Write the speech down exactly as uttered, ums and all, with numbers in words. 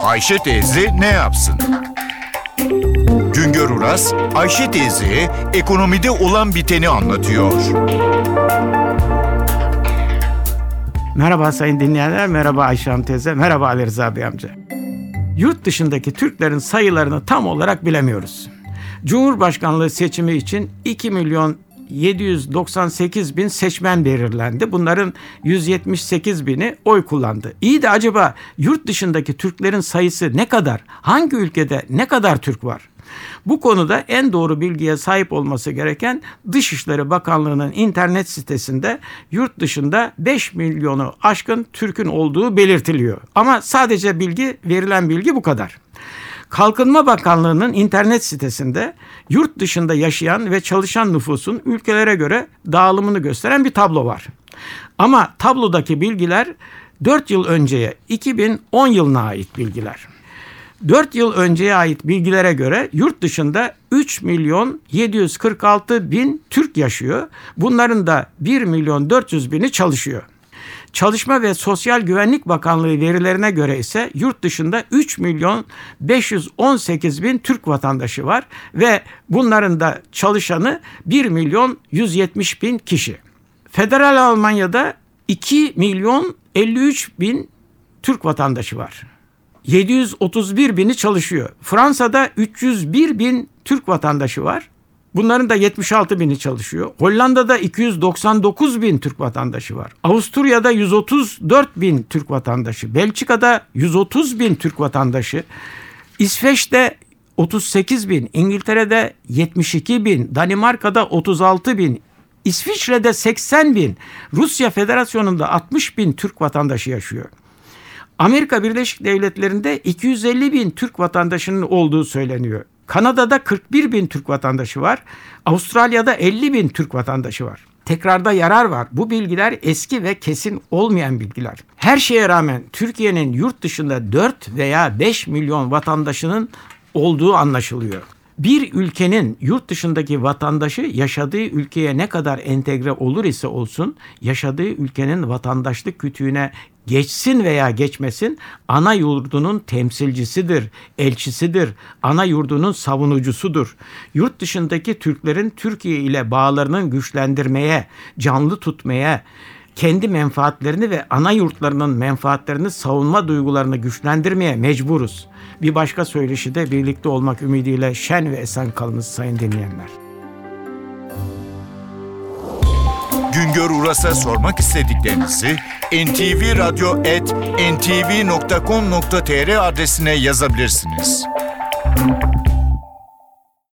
Ayşe teyze ne yapsın? Güngör Uras, Ayşe teyzeye ekonomide olan biteni anlatıyor. Merhaba sayın dinleyenler, merhaba Ayşe Hanım teyze, merhaba Ali Rıza Bey amca. Yurt dışındaki Türklerin sayılarını tam olarak bilemiyoruz. Cumhurbaşkanlığı seçimi için iki milyon yedi yüz doksan sekiz bin seçmen belirlendi. Bunların yüz yetmiş sekiz bini oy kullandı. İyi de acaba yurt dışındaki Türklerin sayısı ne kadar? Hangi ülkede ne kadar Türk var? Bu konuda en doğru bilgiye sahip olması gereken Dışişleri Bakanlığı'nın internet sitesinde yurt dışında beş milyonu aşkın Türk'ün olduğu belirtiliyor. Ama sadece bilgi, verilen bilgi bu kadar. Kalkınma Bakanlığı'nın internet sitesinde yurt dışında yaşayan ve çalışan nüfusun ülkelere göre dağılımını gösteren bir tablo var. Ama tablodaki bilgiler dört yıl önceye, iki bin on yılına ait bilgiler. dört yıl önceye ait bilgilere göre yurt dışında üç milyon yedi yüz kırk altı bin Türk yaşıyor. Bunların da bir milyon dört yüz bini çalışıyor. Çalışma ve Sosyal Güvenlik Bakanlığı verilerine göre ise yurt dışında üç milyon beş yüz on sekiz bin Türk vatandaşı var ve bunların da çalışanı bir milyon yüz yetmiş bin kişi. Federal Almanya'da iki milyon elli üç bin Türk vatandaşı var. yedi yüz otuz bir bini çalışıyor. Fransa'da üç yüz bir bin Türk vatandaşı var. Bunların da yetmiş altı bini çalışıyor. Hollanda'da iki yüz doksan dokuz bin Türk vatandaşı var. Avusturya'da yüz otuz dört bin Türk vatandaşı. Belçika'da yüz otuz bin Türk vatandaşı. İsveç'te otuz sekiz bin. İngiltere'de yetmiş iki bin. Danimarka'da otuz altı bin. İsviçre'de seksen bin. Rusya Federasyonu'nda altmış bin Türk vatandaşı yaşıyor. Amerika Birleşik Devletleri'nde iki yüz elli bin Türk vatandaşının olduğu söyleniyor. Kanada'da kırk bir bin Türk vatandaşı var. Avustralya'da elli bin Türk vatandaşı var. Tekrarda yarar var. Bu bilgiler eski ve kesin olmayan bilgiler. Her şeye rağmen Türkiye'nin yurt dışında dört veya beş milyon vatandaşının olduğu anlaşılıyor. Bir ülkenin yurt dışındaki vatandaşı yaşadığı ülkeye ne kadar entegre olur ise olsun, yaşadığı ülkenin vatandaşlık kütüğüne geçsin veya geçmesin, ana yurdunun temsilcisidir, elçisidir, ana yurdunun savunucusudur. Yurt dışındaki Türklerin Türkiye ile bağlarının güçlendirmeye, canlı tutmaya, kendi menfaatlerini ve ana yurtlarının menfaatlerini savunma duygularını güçlendirmeye mecburuz. Bir başka söyleşide birlikte olmak ümidiyle şen ve esen kalınız sayın dinleyenler. Güngör Uras'a sormak istediklerinizi en ti vi radyo et en ti vi nokta com nokta tr adresine yazabilirsiniz.